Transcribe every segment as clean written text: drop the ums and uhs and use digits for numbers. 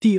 第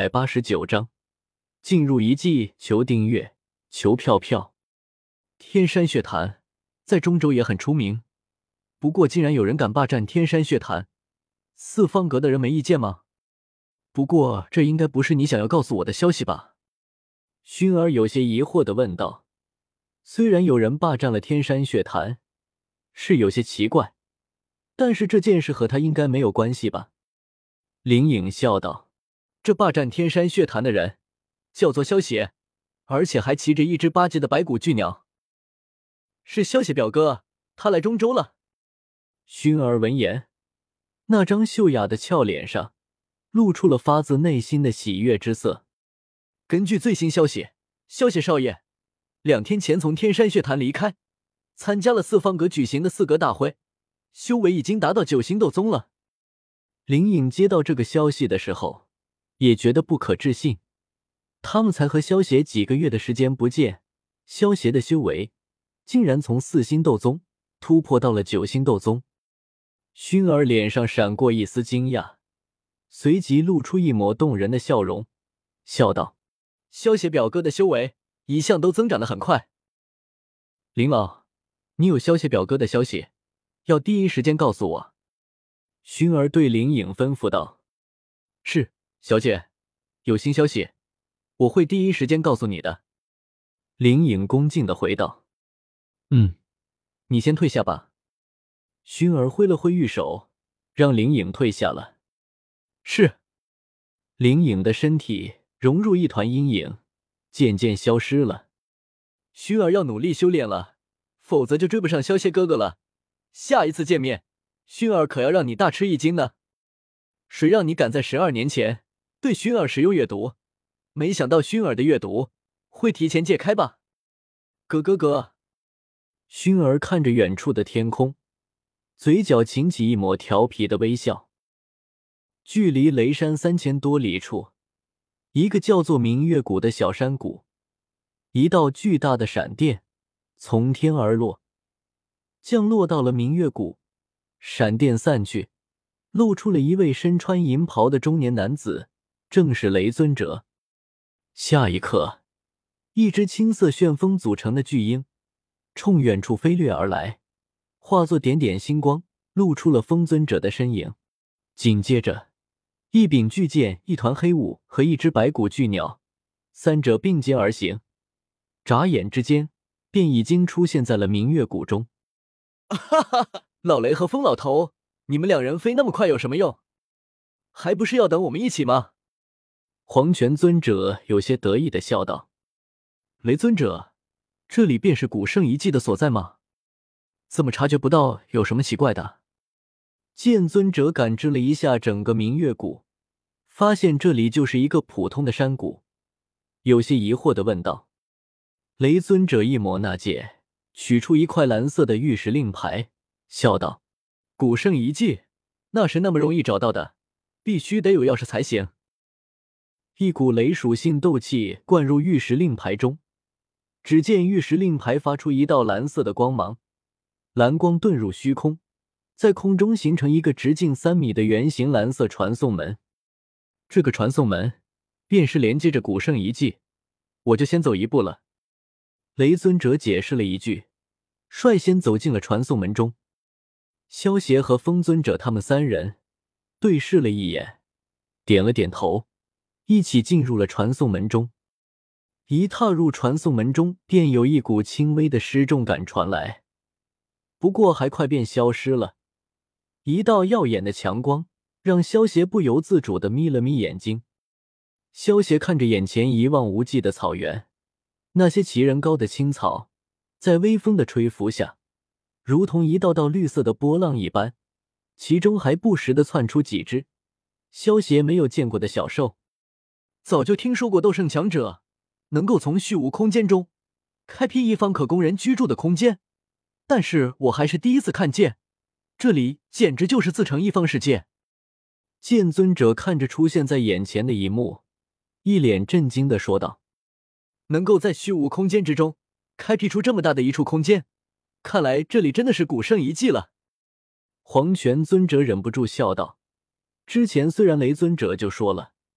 289章，进入遗迹，求订阅，求票票。天山血潭在中州也很出名，不过竟然有人敢霸占天山血潭，四方阁的人没意见吗？不过这应该不是你想要告诉我的消息吧？薰儿有些疑惑地问道。虽然有人霸占了天山血潭，是有些奇怪，但是这件事和他应该没有关系吧？林颖笑道。这霸占天山血潭的人叫做萧协，而且还骑着一只8阶的白骨巨鸟。是萧协表哥，他来中州了。薰儿闻言，那张秀雅的俏脸上露出了发自内心的喜悦之色。根据最新消息，萧协少爷2天前从天山血潭离开，参加了四方阁举行的四阁大会，修为已经达到9星斗宗了。林颖接到这个消息的时候也觉得不可置信，他们才和萧协几个月的时间不见，萧协的修为竟然从4星斗宗突破到了9星斗宗。薰儿脸上闪过一丝惊讶，随即露出一抹动人的笑容，笑道：萧协表哥的修为一向都增长得很快。林老，你有萧协表哥的消息，要第一时间告诉我。薰儿对林颖吩咐道。是，小姐，有新消息，我会第一时间告诉你的。林颖恭敬地回道。你先退下吧。薰儿挥了挥玉手，让林颖退下了。是。林颖的身体融入一团阴影，渐渐消失了。薰儿要努力修炼了，否则就追不上萧协哥哥了。下一次见面，薰儿可要让你大吃一惊呢。谁让你敢在12年前对薰儿使用阅读，没想到薰儿的阅读会提前解开吧？哥。薰儿看着远处的天空，嘴角噙起一抹调皮的微笑。距离雷山3000多里处，一个叫做明月谷的小山谷，一道巨大的闪电从天而落，降落到了明月谷。闪电散去，露出了一位身穿银袍的中年男子，正是雷尊者。下一刻，一只青色旋风组成的巨鹰冲远处飞掠而来，化作点点星光，露出了风尊者的身影。紧接着，一柄巨剑、一团黑雾和一只白骨巨鸟，三者并肩而行，眨眼之间便已经出现在了明月谷中。哈哈哈！老雷和风老头，你们2人飞那么快有什么用？还不是要等我们一起吗？黄泉尊者有些得意地笑道。雷尊者，这里便是古圣遗迹的所在吗？怎么察觉不到有什么奇怪的？剑尊者感知了一下整个明月谷，发现这里就是一个普通的山谷，有些疑惑地问道。雷尊者一抹那戒，取出一块蓝色的玉石令牌，笑道：古圣遗迹那是那么容易找到的，必须得有钥匙才行。一股雷属性斗气灌入玉石令牌中，只见玉石令牌发出一道蓝色的光芒，蓝光遁入虚空，在空中形成一个直径3米的圆形蓝色传送门。这个传送门便是连接着古圣遗迹，我就先走一步了。雷尊者解释了一句，率先走进了传送门中。萧协和风尊者他们3人对视了一眼，点了点头，一起进入了传送门中。一踏入传送门中，便有一股轻微的失重感传来，不过还快便消失了。一道耀眼的强光让萧协不由自主地眯了眯眼睛。萧协看着眼前一望无际的草原，那些齐人高的青草在微风的吹拂下如同一道道绿色的波浪一般，其中还不时地窜出几只萧协没有见过的小兽。早就听说过斗圣强者能够从虚无空间中开辟一方可供人居住的空间，但是我还是第一次看见，这里简直就是自成一方世界。剑尊者看着出现在眼前的一幕，一脸震惊地说道：能够在虚无空间之中开辟出这么大的一处空间，看来这里真的是古圣遗迹了。黄泉尊者忍不住笑道，之前虽然雷尊者就说了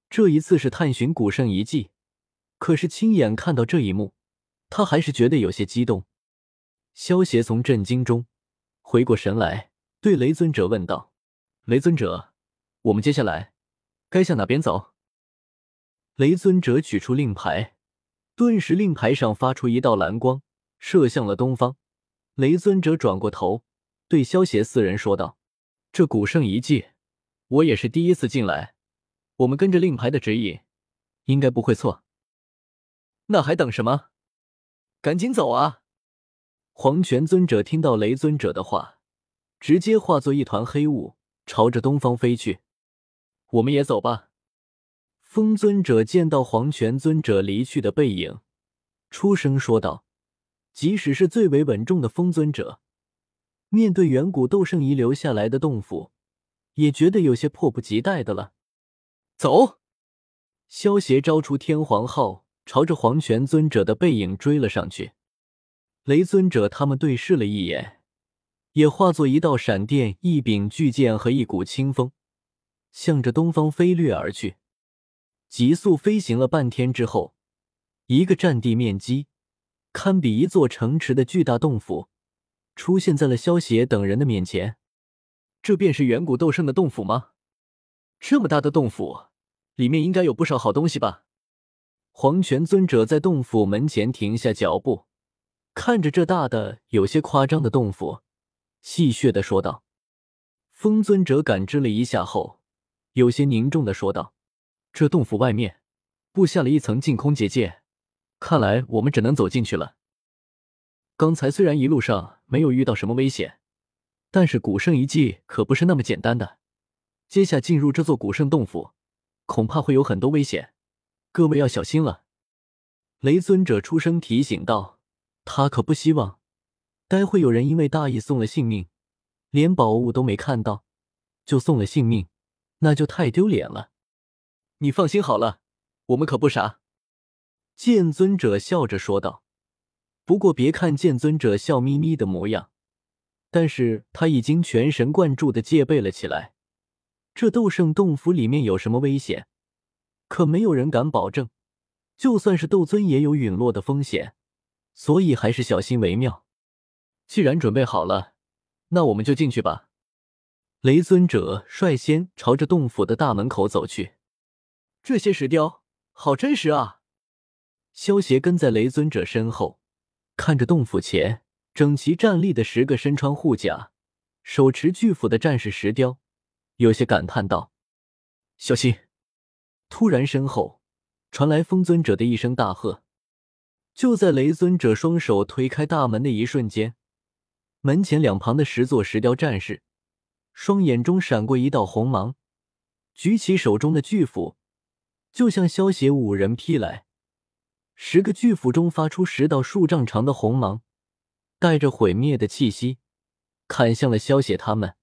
这一次是探寻古圣遗迹，可是亲眼看到这一幕，他还是觉得有些激动。萧协从震惊中回过神来，对雷尊者问道：“雷尊者，我们接下来该向哪边走？”雷尊者取出令牌，顿时令牌上发出一道蓝光，射向了东方。雷尊者转过头，对萧协四人说道：“这古圣遗迹，我也是第一次进来，我们跟着令牌的指引，应该不会错。那还等什么？赶紧走啊！”黄泉尊者听到雷尊者的话，直接化作一团黑雾，朝着东方飞去。我们也走吧。风尊者见到黄泉尊者离去的背影，出声说道。即使是最为稳重的风尊者，面对远古斗圣遗留下来的洞府，也觉得有些迫不及待的了。走！萧协招出天皇号，朝着黄泉尊者的背影追了上去。雷尊者他们对视了一眼，也化作一道闪电、一柄巨剑和一股清风，向着东方飞掠而去。急速飞行了半天之后，一个占地面积堪比一座城池的巨大洞府出现在了萧协等人的面前。这便是远古斗圣的洞府吗？这么大的洞府，里面应该有不少好东西吧？黄泉尊者在洞府门前停下脚步，看着这大的有些夸张的洞府，戏谑地说道。风尊者感知了一下后，有些凝重地说道：“这洞府外面布下了一层净空结界，看来我们只能走进去了。刚才虽然一路上没有遇到什么危险，但是古圣遗迹可不是那么简单的。接下进入这座古圣洞府，恐怕会有很多危险，各位要小心了。”雷尊者出声提醒道，他可不希望待会有人因为大意送了性命，连宝物都没看到就送了性命，那就太丢脸了。你放心好了，我们可不傻。剑尊者笑着说道。不过别看剑尊者笑眯眯的模样，但是他已经全神贯注地戒备了起来。这斗圣洞府里面有什么危险，可没有人敢保证，就算是斗尊也有陨落的风险，所以还是小心为妙。既然准备好了，那我们就进去吧。雷尊者率先朝着洞府的大门口走去。这些石雕好真实啊！萧协跟在雷尊者身后，看着洞府前整齐站立的10个身穿护甲、手持巨斧的战士石雕，有些感叹道：“小心！”突然身后传来风尊者的一声大喝。就在雷尊者双手推开大门的一瞬间，门前两旁的10座石雕战士双眼中闪过一道红芒，举起手中的巨斧，就向萧协5人劈来。10个巨斧中发出10道数丈长的红芒，带着毁灭的气息，砍向了萧协他们。